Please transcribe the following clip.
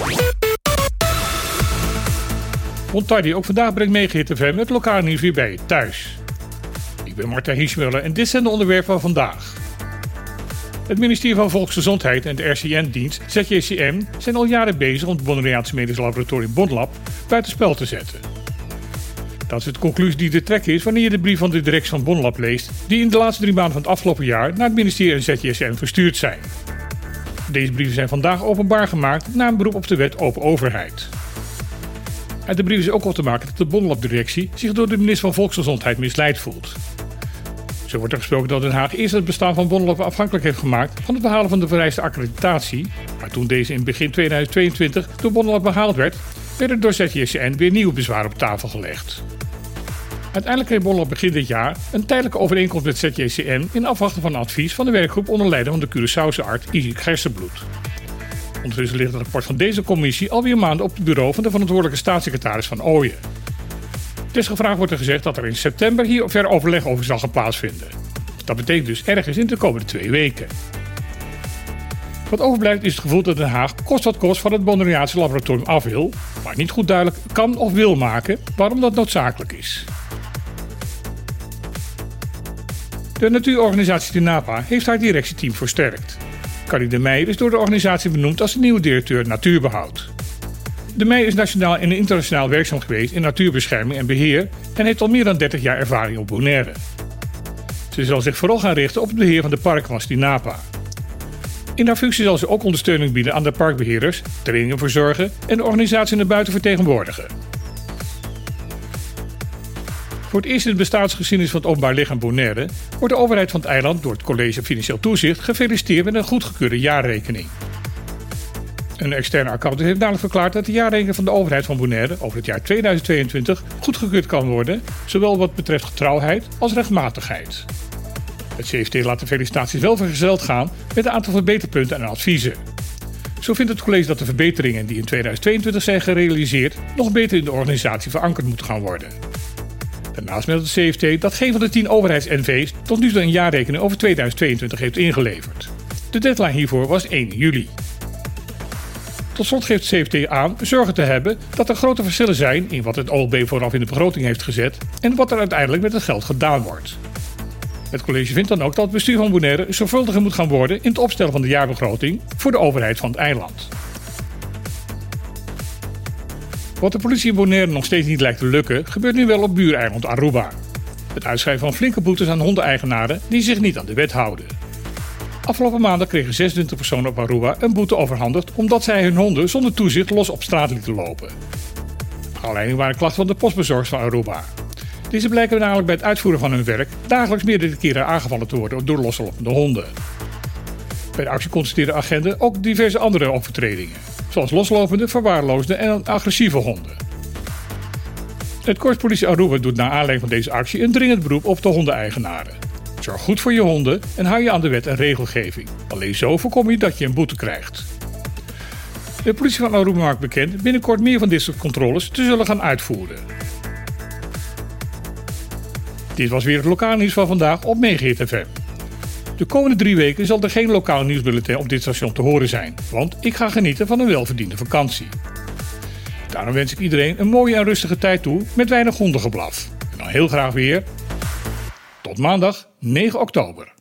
Montardi, ook vandaag brengt Megahit FM het lokale nieuws weer bij je thuis. Ik ben Martijn Hiesmuller en dit zijn de onderwerpen van vandaag. Het ministerie van Volksgezondheid en de RCN-dienst ZJCM zijn al jaren bezig om het Bonaireaanse Medisch Laboratorium Bonlab buitenspel te zetten. Dat is de conclusie die te trekken is wanneer je de brief van de directie van Bonlab leest, die in de laatste 3 maanden van het afgelopen jaar naar het ministerie en ZJCM verstuurd zijn. Deze brieven zijn vandaag openbaar gemaakt na een beroep op de wet Open Overheid. Uit de brief is ook al te maken dat de Bonlab-directie zich door de minister van Volksgezondheid misleid voelt. Zo wordt er gesproken dat Den Haag eerst het bestaan van Bonlab afhankelijk heeft gemaakt van het behalen van de vereiste accreditatie, maar toen deze in begin 2022 door Bonlab behaald werd, werden door ZJCN weer nieuwe bezwaren op tafel gelegd. Uiteindelijk kreeg Bonlab begin dit jaar een tijdelijke overeenkomst met ZJCN in afwachting van een advies van de werkgroep onder leiding van de Curaçaose arts Isik Gerstenbloed. Ondertussen ligt het rapport van deze commissie alweer maanden op het bureau van de verantwoordelijke staatssecretaris Van Ooyen. Desgevraagd wordt er gezegd dat er in september hier verder overleg over zal gaan plaatsvinden. Dat betekent dus ergens in de komende 2 weken. Wat overblijft is het gevoel dat Den Haag kost wat kost van het Bonaireaanse laboratorium af wil, maar niet goed duidelijk kan of wil maken waarom dat noodzakelijk is. De natuurorganisatie TINAPA heeft haar directieteam versterkt. Carrie de Meijer is door de organisatie benoemd als de nieuwe directeur natuurbehoud. De Meijer is nationaal en internationaal werkzaam geweest in natuurbescherming en beheer en heeft al meer dan 30 jaar ervaring op Bonaire. Ze zal zich vooral gaan richten op het beheer van de parken van TINAPA. In haar functie zal ze ook ondersteuning bieden aan de parkbeheerders, trainingen verzorgen en de organisatie naar buiten vertegenwoordigen. Voor het eerst in de bestaansgeschiedenis van het openbaar lichaam Bonaire wordt de overheid van het eiland door het College Financieel Toezicht gefeliciteerd met een goedgekeurde jaarrekening. Een externe accountant heeft namelijk verklaard dat de jaarrekening van de overheid van Bonaire over het jaar 2022 goedgekeurd kan worden, zowel wat betreft getrouwheid als rechtmatigheid. Het CFT laat de felicitaties wel vergezeld gaan met een aantal verbeterpunten en adviezen. Zo vindt het college dat de verbeteringen die in 2022 zijn gerealiseerd nog beter in de organisatie verankerd moeten gaan worden. Daarnaast meldt het CFT dat geen van de 10 overheids-NV's tot nu toe een jaarrekening over 2022 heeft ingeleverd. De deadline hiervoor was 1 juli. Tot slot geeft het CFT aan zorgen te hebben dat er grote verschillen zijn in wat het OLB vooraf in de begroting heeft gezet en wat er uiteindelijk met het geld gedaan wordt. Het college vindt dan ook dat het bestuur van Bonaire zorgvuldiger moet gaan worden in het opstellen van de jaarbegroting voor de overheid van het eiland. Wat de politie in Bonaire nog steeds niet lijkt te lukken, gebeurt nu wel op buureiland Aruba. Het uitschrijven van flinke boetes aan hondeneigenaren die zich niet aan de wet houden. Afgelopen maandag kregen 26 personen op Aruba een boete overhandigd omdat zij hun honden zonder toezicht los op straat lieten lopen. Aanleiding waren klachten van de postbezorgers van Aruba. Deze blijken namelijk bij het uitvoeren van hun werk dagelijks meerdere keren aangevallen te worden door loslopende honden. Bij de actie constateerden agenten ook diverse andere overtredingen, zoals loslopende, verwaarloosde en agressieve honden. Het korps politie Aruba doet naar aanleiding van deze actie een dringend beroep op de hondeneigenaren. Zorg goed voor je honden en hou je aan de wet en regelgeving. Alleen zo voorkom je dat je een boete krijgt. De politie van Aruba maakt bekend binnenkort meer van dit soort controles te zullen gaan uitvoeren. Dit was weer het lokale nieuws van vandaag op Megahit FM. De komende 3 weken zal er geen lokaal nieuwsbulletin op dit station te horen zijn, want ik ga genieten van een welverdiende vakantie. Daarom wens ik iedereen een mooie en rustige tijd toe met weinig hondengeblaf. En dan heel graag weer tot maandag 9 oktober.